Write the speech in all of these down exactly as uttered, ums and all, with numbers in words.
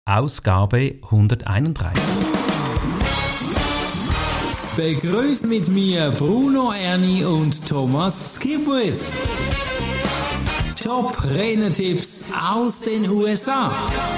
Ausgabe hunderteinunddreißig. Begrüßt mit mir Bruno Erni und Thomas Skipwith. Top Renner-Tipps aus den U S A.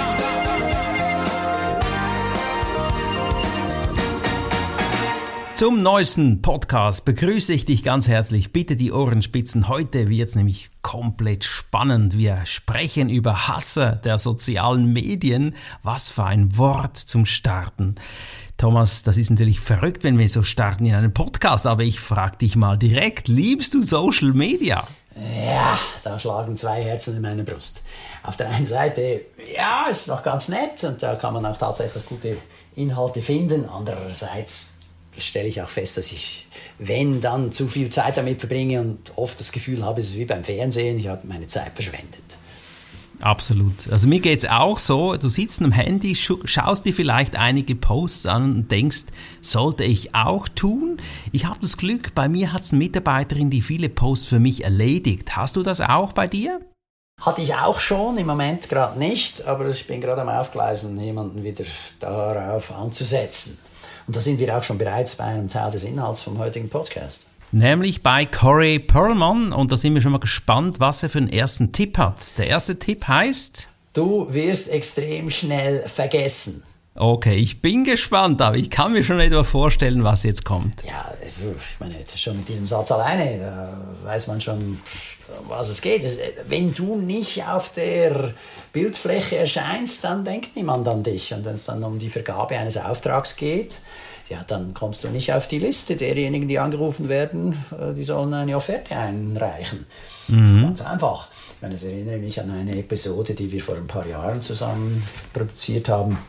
Zum neuesten Podcast begrüße ich dich ganz herzlich. Bitte die Ohren spitzen. Heute wird es nämlich komplett spannend. Wir sprechen über Hasser der sozialen Medien. Was für ein Wort zum Starten. Thomas, das ist natürlich verrückt, wenn wir so starten in einem Podcast, aber ich frage dich mal direkt, liebst du Social Media? Ja, da schlagen zwei Herzen in meiner Brust. Auf der einen Seite, ja, ist noch ganz nett und da kann man auch tatsächlich gute Inhalte finden. Andererseits stelle ich auch fest, dass ich, wenn, dann zu viel Zeit damit verbringe und oft das Gefühl habe, es ist wie beim Fernsehen, ich habe meine Zeit verschwendet. Absolut. Also mir geht es auch so, du sitzt am Handy, schaust dir vielleicht einige Posts an und denkst, sollte ich auch tun? Ich habe das Glück, bei mir hat es eine Mitarbeiterin, die viele Posts für mich erledigt. Hast du das auch bei dir? Hatte ich auch schon, im Moment gerade nicht, aber ich bin gerade am Aufgleisen, jemanden wieder darauf anzusetzen. Und da sind wir auch schon bereits bei einem Teil des Inhalts vom heutigen Podcast. Nämlich bei Corey Perlman. Und da sind wir schon mal gespannt, was er für einen ersten Tipp hat. Der erste Tipp heißt: Du wirst extrem schnell vergessen. Okay, ich bin gespannt, aber ich kann mir schon etwa vorstellen, was jetzt kommt. Ja, ich meine, schon mit diesem Satz alleine, da weiß man schon, was es geht. Wenn du nicht auf der Bildfläche erscheinst, dann denkt niemand an dich. Und wenn es dann um die Vergabe eines Auftrags geht, ja, dann kommst du nicht auf die Liste derjenigen, die angerufen werden, die sollen eine Offerte einreichen. Mhm. Das ist ganz einfach. Ich meine, das erinnere mich an eine Episode, die wir vor ein paar Jahren zusammen produziert haben.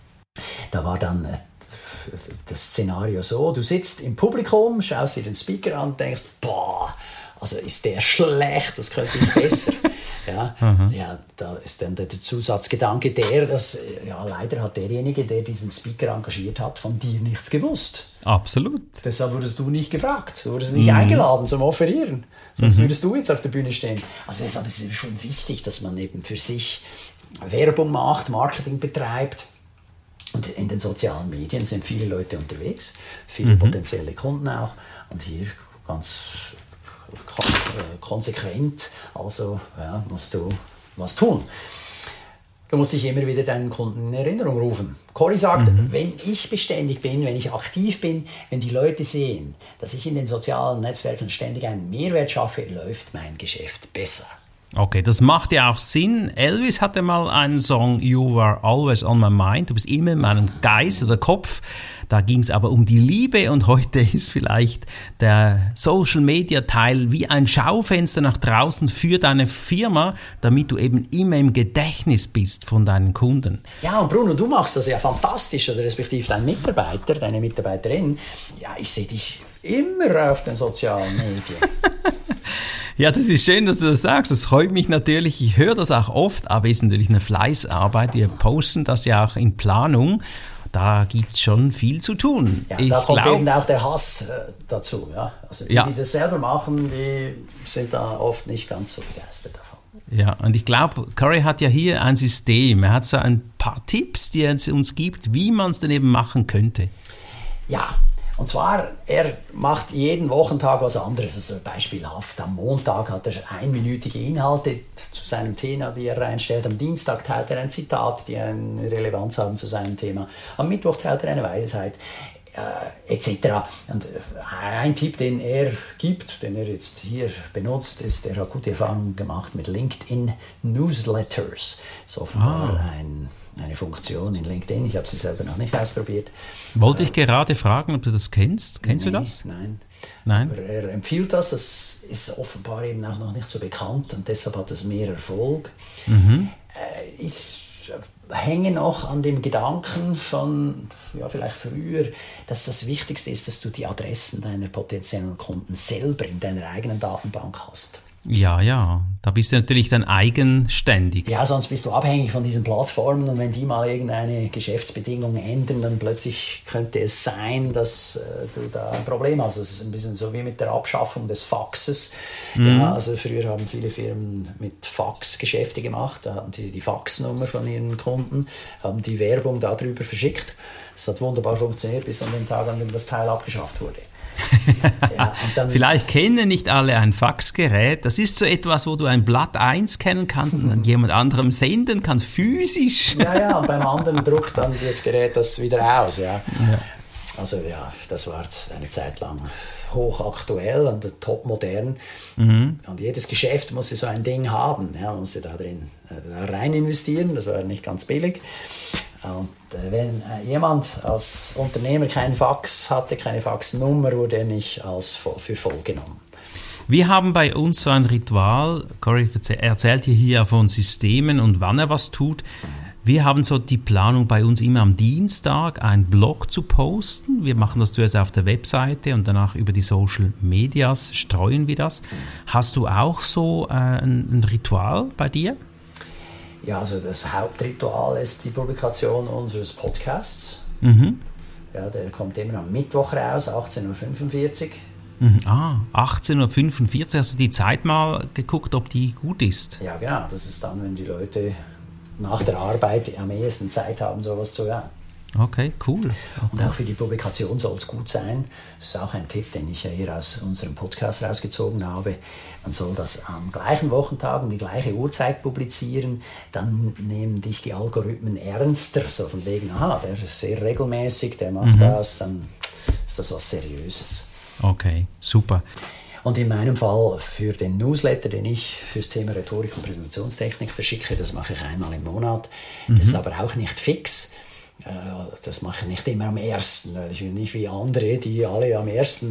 Da war dann das Szenario so, du sitzt im Publikum, schaust dir den Speaker an und denkst, boah, also ist der schlecht, das könnte ich besser. ja, mhm. ja, da ist dann der Zusatzgedanke der, dass ja, leider hat derjenige, der diesen Speaker engagiert hat, von dir nichts gewusst. Absolut. Deshalb wurdest du nicht gefragt, du wurdest nicht mhm. eingeladen zum Offerieren, sonst mhm. würdest du jetzt auf der Bühne stehen. Also deshalb ist es schon wichtig, dass man eben für sich Werbung macht, Marketing betreibt. Und in den sozialen Medien sind viele Leute unterwegs, viele mhm. potenzielle Kunden auch. Und hier ganz konsequent, also ja, musst du was tun. Du musst dich immer wieder deinen Kunden in Erinnerung rufen. Corey sagt, mhm. wenn ich beständig bin, wenn ich aktiv bin, wenn die Leute sehen, dass ich in den sozialen Netzwerken ständig einen Mehrwert schaffe, läuft mein Geschäft besser. Okay, das macht ja auch Sinn. Elvis hatte mal einen Song, You Are Always on My Mind, du bist immer in meinem Geist oder Kopf. Da ging es aber um die Liebe und heute ist vielleicht der Social-Media-Teil wie ein Schaufenster nach draußen für deine Firma, damit du eben immer im Gedächtnis bist von deinen Kunden. Ja, und Bruno, du machst das ja fantastisch, oder respektive dein Mitarbeiter, deine Mitarbeiterin. Ja, ich sehe dich immer auf den sozialen Medien. Ja, das ist schön, dass du das sagst. Das freut mich natürlich. Ich höre das auch oft, aber es ist natürlich eine Fleißarbeit. Wir posten das ja auch in Planung. Da gibt es schon viel zu tun. Ja, ich da kommt glaub, eben auch der Hass äh, dazu. Ja? Also die, ja. die das selber machen, die sind da oft nicht ganz so begeistert davon. Ja, und ich glaube, Corey hat ja hier ein System. Er hat so ein paar Tipps, die er uns gibt, wie man es dann eben machen könnte. Ja, und zwar, er macht jeden Wochentag was anderes. Also beispielhaft, am Montag hat er einminütige Inhalte zu seinem Thema, die er reinstellt. Am Dienstag teilt er ein Zitat, die eine Relevanz haben zu seinem Thema. Am Mittwoch teilt er eine Weisheit, äh, et cetera. Und ein Tipp, den er gibt, den er jetzt hier benutzt, ist, er hat gute Erfahrungen gemacht mit LinkedIn Newsletters. Das ist offenbar ah. ein... eine Funktion in LinkedIn. Ich habe sie selber noch nicht ausprobiert. Wollte ich gerade fragen, ob du das kennst. Kennst nee, du das? Nein. Nein. Aber er empfiehlt das. Das ist offenbar eben auch noch nicht so bekannt und deshalb hat es mehr Erfolg. Mhm. Ich hänge noch an dem Gedanken von, ja, vielleicht früher, dass das Wichtigste ist, dass du die Adressen deiner potenziellen Kunden selber in deiner eigenen Datenbank hast. Ja, ja, da bist du natürlich dann eigenständig. Ja, sonst bist du abhängig von diesen Plattformen und wenn die mal irgendeine Geschäftsbedingung ändern, dann plötzlich könnte es sein, dass äh, du da ein Problem hast. Das ist ein bisschen so wie mit der Abschaffung des Faxes. Mhm. Ja, also früher haben viele Firmen mit Fax Geschäfte gemacht, da hatten die die Faxnummer von ihren Kunden, haben die Werbung darüber verschickt. Das hat wunderbar funktioniert, bis an den Tag, an dem das Teil abgeschafft wurde. Ja, und dann, vielleicht kennen nicht alle ein Faxgerät. Das ist so etwas, wo du ein Blatt einscannen kannst und an jemand anderem senden kannst, physisch. Ja, ja, und beim anderen druckt dann das Gerät das wieder aus. Ja. Ja. Also ja, das war eine Zeit lang hochaktuell und topmodern. Mhm. Und jedes Geschäft musste so ein Ding haben. Ja, man musste da drin da rein investieren, das war nicht ganz billig. Und äh, wenn äh, jemand als Unternehmer keinen Fax hatte, keine Faxnummer, wurde er nicht als voll, für voll genommen. Wir haben bei uns so ein Ritual, Corey erzählt hier von Systemen und wann er was tut. Wir haben so die Planung bei uns immer am Dienstag, einen Blog zu posten. Wir machen das zuerst auf der Webseite und danach über die Social Medias streuen wir das. Hast du auch so äh, ein, ein Ritual bei dir? Ja, also das Hauptritual ist die Publikation unseres Podcasts. Mhm. Ja, der kommt immer am Mittwoch raus, achtzehn Uhr fünfundvierzig. Mhm. Ah, achtzehn Uhr fünfundvierzig. Hast du die Zeit mal geguckt, ob die gut ist? Ja, genau. Das ist dann, wenn die Leute nach der Arbeit am ehesten Zeit haben, sowas zu hören. Okay, cool. Und auch für die Publikation soll es gut sein. Das ist auch ein Tipp, den ich ja hier aus unserem Podcast rausgezogen habe. Man soll das am gleichen Wochentag um die gleiche Uhrzeit publizieren. Dann nehmen dich die Algorithmen ernster. So von wegen, aha, der ist sehr regelmäßig, der macht mhm. das. Dann ist das was Seriöses. Okay, super. Und in meinem Fall für den Newsletter, den ich fürs Thema Rhetorik und Präsentationstechnik verschicke, das mache ich einmal im Monat. Mhm. Das ist aber auch nicht fix. Das mache ich nicht immer am ersten, weil ich will nicht wie andere, die alle am ersten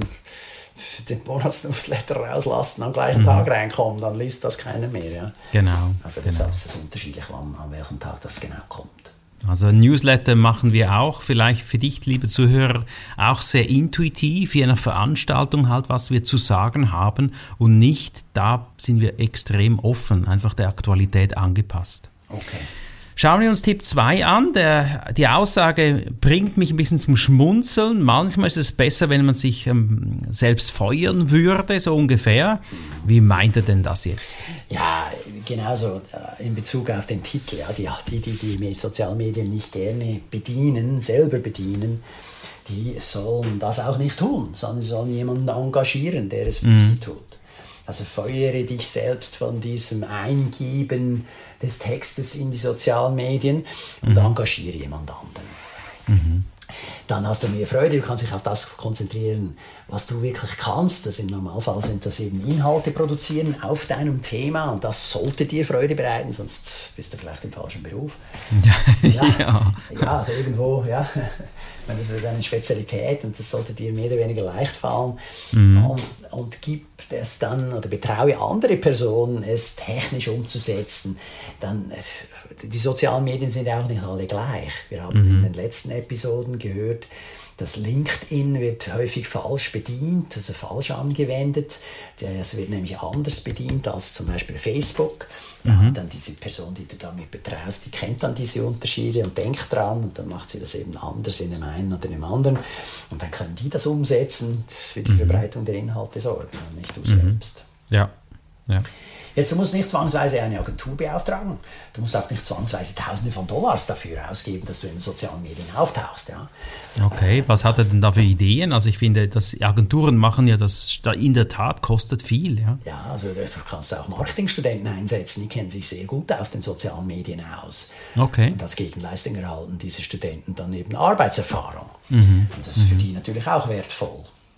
den Monatsnewsletter rauslassen, am gleichen mhm. Tag reinkommen, dann liest das keiner mehr. Ja? Genau. Also deshalb genau. ist es unterschiedlich, wann, an welchem Tag das genau kommt. Also ein Newsletter machen wir auch, vielleicht für dich, liebe Zuhörer, auch sehr intuitiv, wie eine Veranstaltung halt, was wir zu sagen haben und nicht, da sind wir extrem offen, einfach der Aktualität angepasst. Okay. Schauen wir uns Tipp zwei an. Der, die Aussage bringt mich ein bisschen zum Schmunzeln. Manchmal ist es besser, wenn man sich ähm, selbst feuern würde, so ungefähr. Wie meint er denn das jetzt? Ja, genauso äh, in Bezug auf den Titel. Ja, die, die, die die sozialen Medien nicht gerne bedienen, selber bedienen, die sollen das auch nicht tun, sondern sie sollen jemanden engagieren, der es für mhm. sie tut. Also feuere dich selbst von diesem Eingeben des Textes in die sozialen Medien und mhm. engagiere jemand anderen. Mhm. Dann hast du mehr Freude, du kannst dich auf das konzentrieren, was du wirklich kannst. Das im Normalfall sind das eben Inhalte produzieren auf deinem Thema und das sollte dir Freude bereiten, sonst bist du vielleicht im falschen Beruf. Ja, ja. ja also irgendwo, ja. Das ist eine Spezialität und das sollte dir mehr oder weniger leicht fallen. Mhm. Und, und gib es dann oder betraue andere Personen, es technisch umzusetzen. Dann, die sozialen Medien sind ja auch nicht alle gleich. Wir haben mhm. in den letzten Episoden gehört, dass LinkedIn wird häufig falsch bedient, also falsch angewendet. Es wird nämlich anders bedient als zum Beispiel Facebook. Ja, mhm. Dann diese Person, die du damit betraust, die kennt dann diese Unterschiede und denkt dran und dann macht sie das eben anders in dem einen oder in dem anderen. Und dann können die das umsetzen, für die mhm. Verbreitung der Inhalte sorgen und nicht du mhm. selbst. Ja, ja. Jetzt, du musst nicht zwangsweise eine Agentur beauftragen. Du musst auch nicht zwangsweise Tausende von Dollars dafür ausgeben, dass du in den sozialen Medien auftauchst. Ja. Okay, was hat er denn da für Ideen? Also ich finde, dass Agenturen machen ja das in der Tat kostet viel. Ja, ja also du kannst auch Marketingstudenten einsetzen, die kennen sich sehr gut auf den sozialen Medien aus. Okay. Und als Gegenleistung erhalten diese Studenten dann eben Arbeitserfahrung. Mhm. Und das ist für mhm. die natürlich auch wertvoll.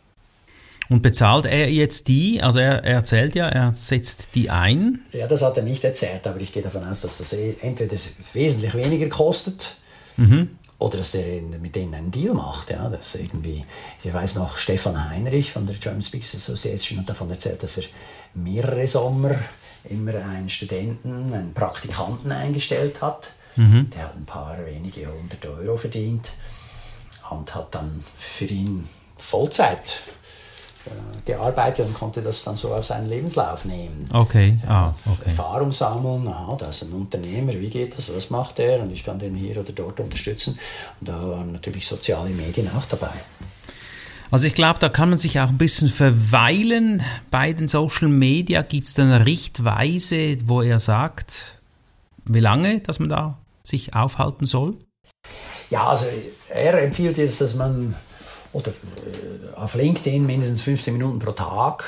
Und bezahlt er jetzt die, also er, er erzählt ja, er setzt die ein? Ja, das hat er nicht erzählt, aber ich gehe davon aus, dass das entweder wesentlich weniger kostet mhm. oder dass er mit denen einen Deal macht. Ja, dass irgendwie, ich weiß noch, Stefan Heinrich von der German Speakers Association hat davon erzählt, dass er mehrere Sommer immer einen Studenten, einen Praktikanten eingestellt hat. Mhm. Der hat ein paar wenige hundert Euro verdient und hat dann für ihn Vollzeit gearbeitet und konnte das dann so auf seinen Lebenslauf nehmen. Okay, Ja, ah, okay. Erfahrung sammeln, aha, da ist ein Unternehmer, wie geht das, was macht er und ich kann den hier oder dort unterstützen. Und da waren natürlich soziale Medien auch dabei. Also ich glaube, da kann man sich auch ein bisschen verweilen. Bei den Social Media gibt es dann eine Richtweise, wo er sagt, wie lange, dass man da sich aufhalten soll? Ja, also er empfiehlt jetzt, dass man oder äh, auf LinkedIn mindestens fünfzehn Minuten pro Tag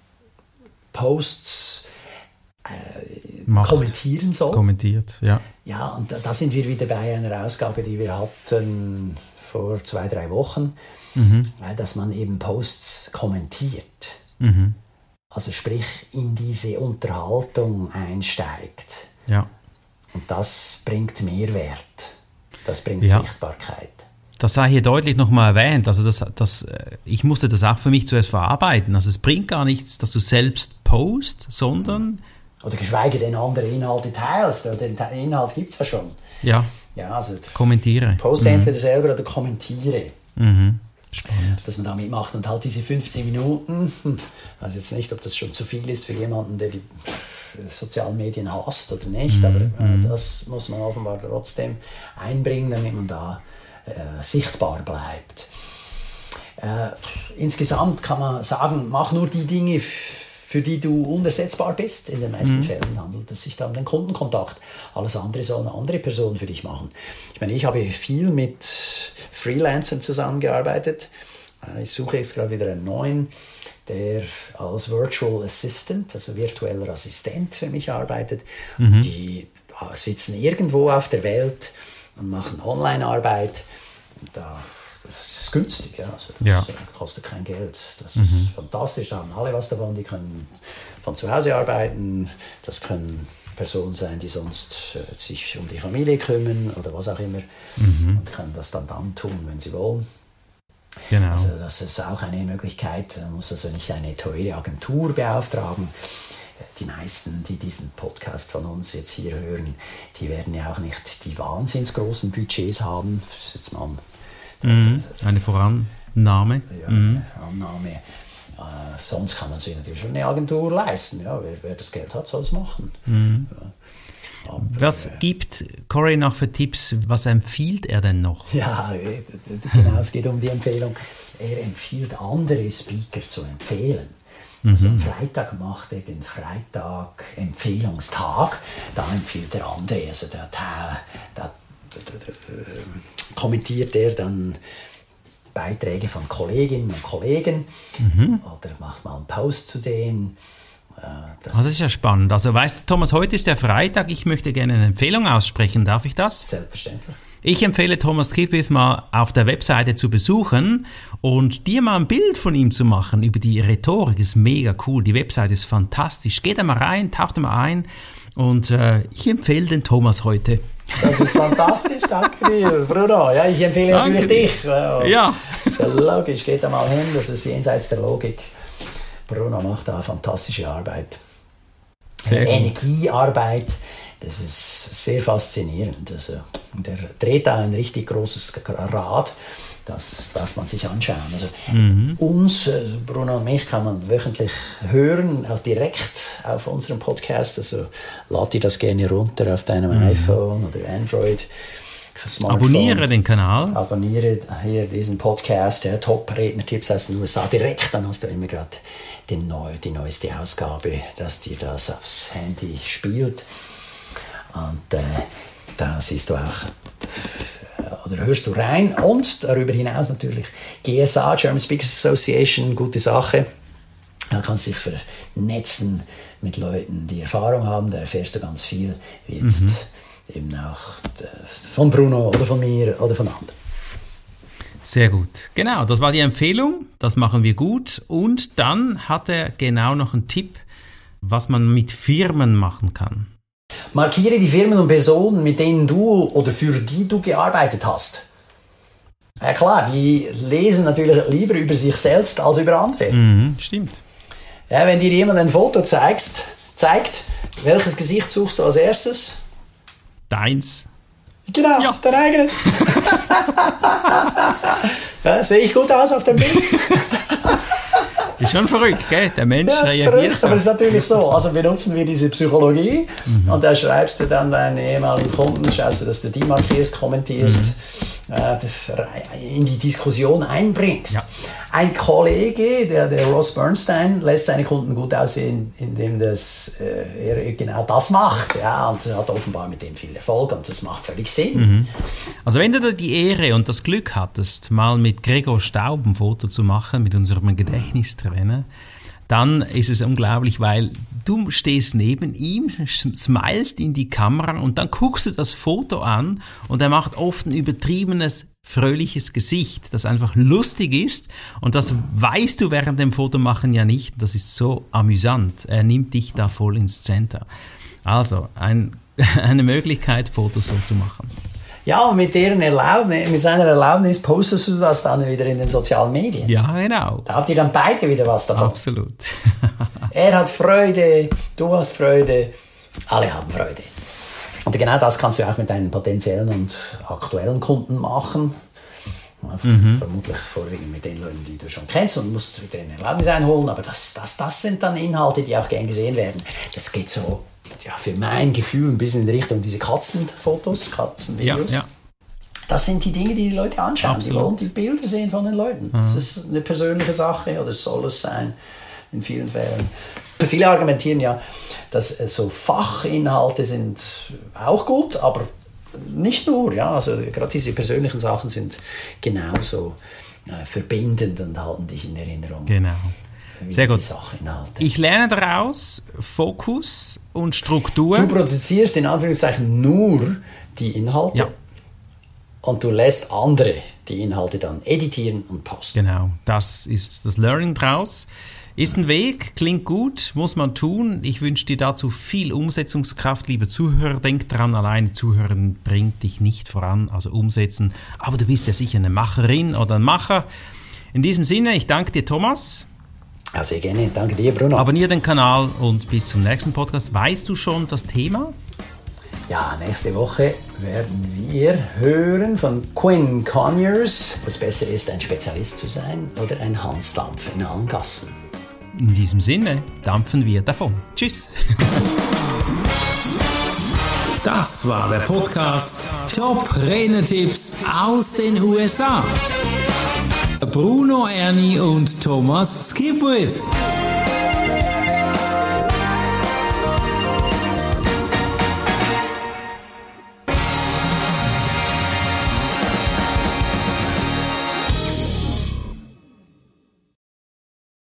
Posts äh, kommentieren soll. Kommentiert, ja. Ja, und da, da sind wir wieder bei einer Ausgabe, die wir hatten vor zwei, drei Wochen, mhm. äh, dass man eben Posts kommentiert. Mhm. Also sprich, in diese Unterhaltung einsteigt. Ja. Und das bringt Mehrwert. Das bringt ja. Sichtbarkeit. Das sei hier deutlich nochmal erwähnt. Also das, das, ich musste das auch für mich zuerst verarbeiten. Also es bringt gar nichts, dass du selbst post, sondern... Oder geschweige denn andere Inhalte teilst. Den Inhalt gibt es ja schon. Ja, ja also kommentiere. Poste mhm. entweder selber oder kommentiere. Mhm. Spannend. Dass man da mitmacht und halt diese fünfzehn Minuten, ich weiß jetzt nicht, ob das schon zu viel ist für jemanden, der die sozialen Medien hasst oder nicht, mhm. aber äh, das muss man offenbar trotzdem einbringen, damit man da äh, sichtbar bleibt. Äh, insgesamt kann man sagen, mach nur die Dinge, für die du unersetzbar bist. In den meisten mhm. Fällen handelt es sich dann um den Kundenkontakt. Alles andere soll eine andere Person für dich machen. Ich meine, ich habe viel mit Freelancern zusammengearbeitet. Ich suche jetzt gerade wieder einen neuen, der als Virtual Assistant, also virtueller Assistent für mich arbeitet. Mhm. Die sitzen irgendwo auf der Welt und machen Online-Arbeit. Und da, das ist günstig, ja. Also das ja. kostet kein Geld. Das mhm. ist fantastisch, da haben alle was davon. Die können von zu Hause arbeiten, das können Personen sein, die sonst äh, sich um die Familie kümmern oder was auch immer mhm. und können das dann dann tun, wenn sie wollen. Genau. Also das ist auch eine Möglichkeit. Man muss also nicht eine teure Agentur beauftragen. Die meisten, die diesen Podcast von uns jetzt hier hören, die werden ja auch nicht die wahnsinns großen Budgets haben. Das ist jetzt mal mhm. eine Vorannahme. Ja, mhm. eine Annahme. Äh, sonst kann man sich natürlich schon eine Agentur leisten. Ja, wer, wer das Geld hat, soll es machen. Mhm. Ja. Aber, was äh, gibt Corey noch für Tipps? Was empfiehlt er denn noch? Ja, genau, es geht um die Empfehlung. Er empfiehlt andere Speaker zu empfehlen. Also am Freitag macht er den Freitag-Empfehlungstag. Da empfiehlt er andere. Also da, da, da, da, da kommentiert er dann Beiträge von Kolleginnen und Kollegen mhm. oder macht mal einen Post zu denen. Das, das ist ja spannend. Also weißt du, Thomas, heute ist der Freitag. Ich möchte gerne eine Empfehlung aussprechen. Darf ich das? Selbstverständlich. Ich empfehle Thomas Skipwith mal auf der Webseite zu besuchen und dir mal ein Bild von ihm zu machen über die Rhetorik. Ist mega cool. Die Webseite ist fantastisch. Geh da mal rein, tauch da mal ein und äh, ich empfehle den Thomas heute. Das ist fantastisch, danke dir, Bruno. Ja, ich empfehle danke natürlich dich. Ja. ja. Ist ja logisch, geht da mal hin, das ist jenseits der Logik. Bruno macht da fantastische Arbeit. Sehr Energiearbeit, das ist sehr faszinierend. Also, der dreht da ein richtig großes Rad, das darf man sich anschauen. Also, mhm. uns, Bruno und mich, kann man wöchentlich hören, auch direkt auf unserem Podcast. Also lad dir das gerne runter auf deinem mhm. iPhone oder Android. Smartphone. Abonniere den Kanal. Abonniere hier diesen Podcast, ja, Top-Redner-Tipps aus den U S A direkt, dann hast du immer gerade den neu, die neueste Ausgabe, dass dir das aufs Handy spielt. Und äh, da siehst du auch, oder hörst du rein. Und darüber hinaus natürlich G S A, German Speakers Association, gute Sache. Da kannst du dich vernetzen mit Leuten, die Erfahrung haben, da erfährst du ganz viel, wie jetzt mhm. eben auch von Bruno oder von mir oder von anderen. Sehr gut. Genau, das war die Empfehlung. Das machen wir gut. Und dann hat er genau noch einen Tipp, was man mit Firmen machen kann. Markiere die Firmen und Personen, mit denen du oder für die du gearbeitet hast. Ja klar, die lesen natürlich lieber über sich selbst als über andere. Mhm, stimmt. Ja, wenn dir jemand ein Foto zeigst, zeigt, welches Gesicht suchst du als erstes? Deins. Genau, ja. Dein eigenes. Ja, sehe ich gut aus auf dem Bild? ist schon verrückt, gell? Der Mensch ja, reagiert verrückt, so. aber es ist natürlich so. Also benutzen wir diese Psychologie mhm. und da schreibst du dann deinen ehemaligen Kunden, schaust du, dass du die markierst, kommentierst, mhm. äh, in die Diskussion einbringst. Ja. Ein Kollege, der, der Ross Bernstein, lässt seine Kunden gut aussehen, indem das, äh, er genau das macht. Ja, und hat offenbar mit dem viel Erfolg und das macht völlig Sinn. Mhm. Also wenn du da die Ehre und das Glück hattest, mal mit Gregor Staub ein Foto zu machen, mit unserem Gedächtnistrainer, dann ist es unglaublich, weil du stehst neben ihm, smilest in die Kamera und dann guckst du das Foto an und er macht oft ein übertriebenes, fröhliches Gesicht, das einfach lustig ist und das weißt du während dem Fotomachen ja nicht. Das ist so amüsant. Er nimmt dich da voll ins Center. Also ein, eine Möglichkeit, Fotos so zu machen. Ja, und mit deren Erlaubnis, mit seiner Erlaubnis postest du das dann wieder in den sozialen Medien. Ja, genau. Da habt ihr dann beide wieder was davon. Absolut. Er hat Freude, du hast Freude, alle haben Freude. Und genau das kannst du auch mit deinen potenziellen und aktuellen Kunden machen. Mhm. Vermutlich vorwiegend mit den Leuten, die du schon kennst und musst deren Erlaubnis einholen. Aber das, das, das sind dann Inhalte, die auch gern gesehen werden. Das geht so, ja, für mein Gefühl ein bisschen in Richtung diese Katzenfotos, Katzenvideos. Ja, ja. Das sind die Dinge, die die Leute anschauen. Absolut. Die wollen die Bilder sehen von den Leuten. Mhm. Das ist eine persönliche Sache oder soll es sein in vielen Fällen. Viele argumentieren ja, dass so Fachinhalte sind auch gut, aber nicht nur. Ja? Also gerade diese persönlichen Sachen sind genauso äh, verbindend und halten dich in Erinnerung. Genau. Sehr gut. Sachinhalte. Ich lerne daraus Fokus und Struktur. Du produzierst in Anführungszeichen nur die Inhalte. Ja. Und du lässt andere die Inhalte dann editieren und posten. Genau, das ist das Learning draus. Ist ein Weg, klingt gut, muss man tun. Ich wünsche dir dazu viel Umsetzungskraft, liebe Zuhörer. Denk dran, alleine Zuhören bringt dich nicht voran, also umsetzen. Aber du bist ja sicher eine Macherin oder ein Macher. In diesem Sinne, ich danke dir, Thomas. Ja, sehr gerne. Danke dir, Bruno. Abonniere den Kanal und bis zum nächsten Podcast. Weißt du schon das Thema? Ja, nächste Woche werden wir hören von Quinn Conyers, was besser ist, ein Spezialist zu sein oder ein Hansdampf in allen Gassen. In diesem Sinne dampfen wir davon. Tschüss. Das war der Podcast Top Renetipps aus den U S A. Bruno Erni und Thomas Skipwith.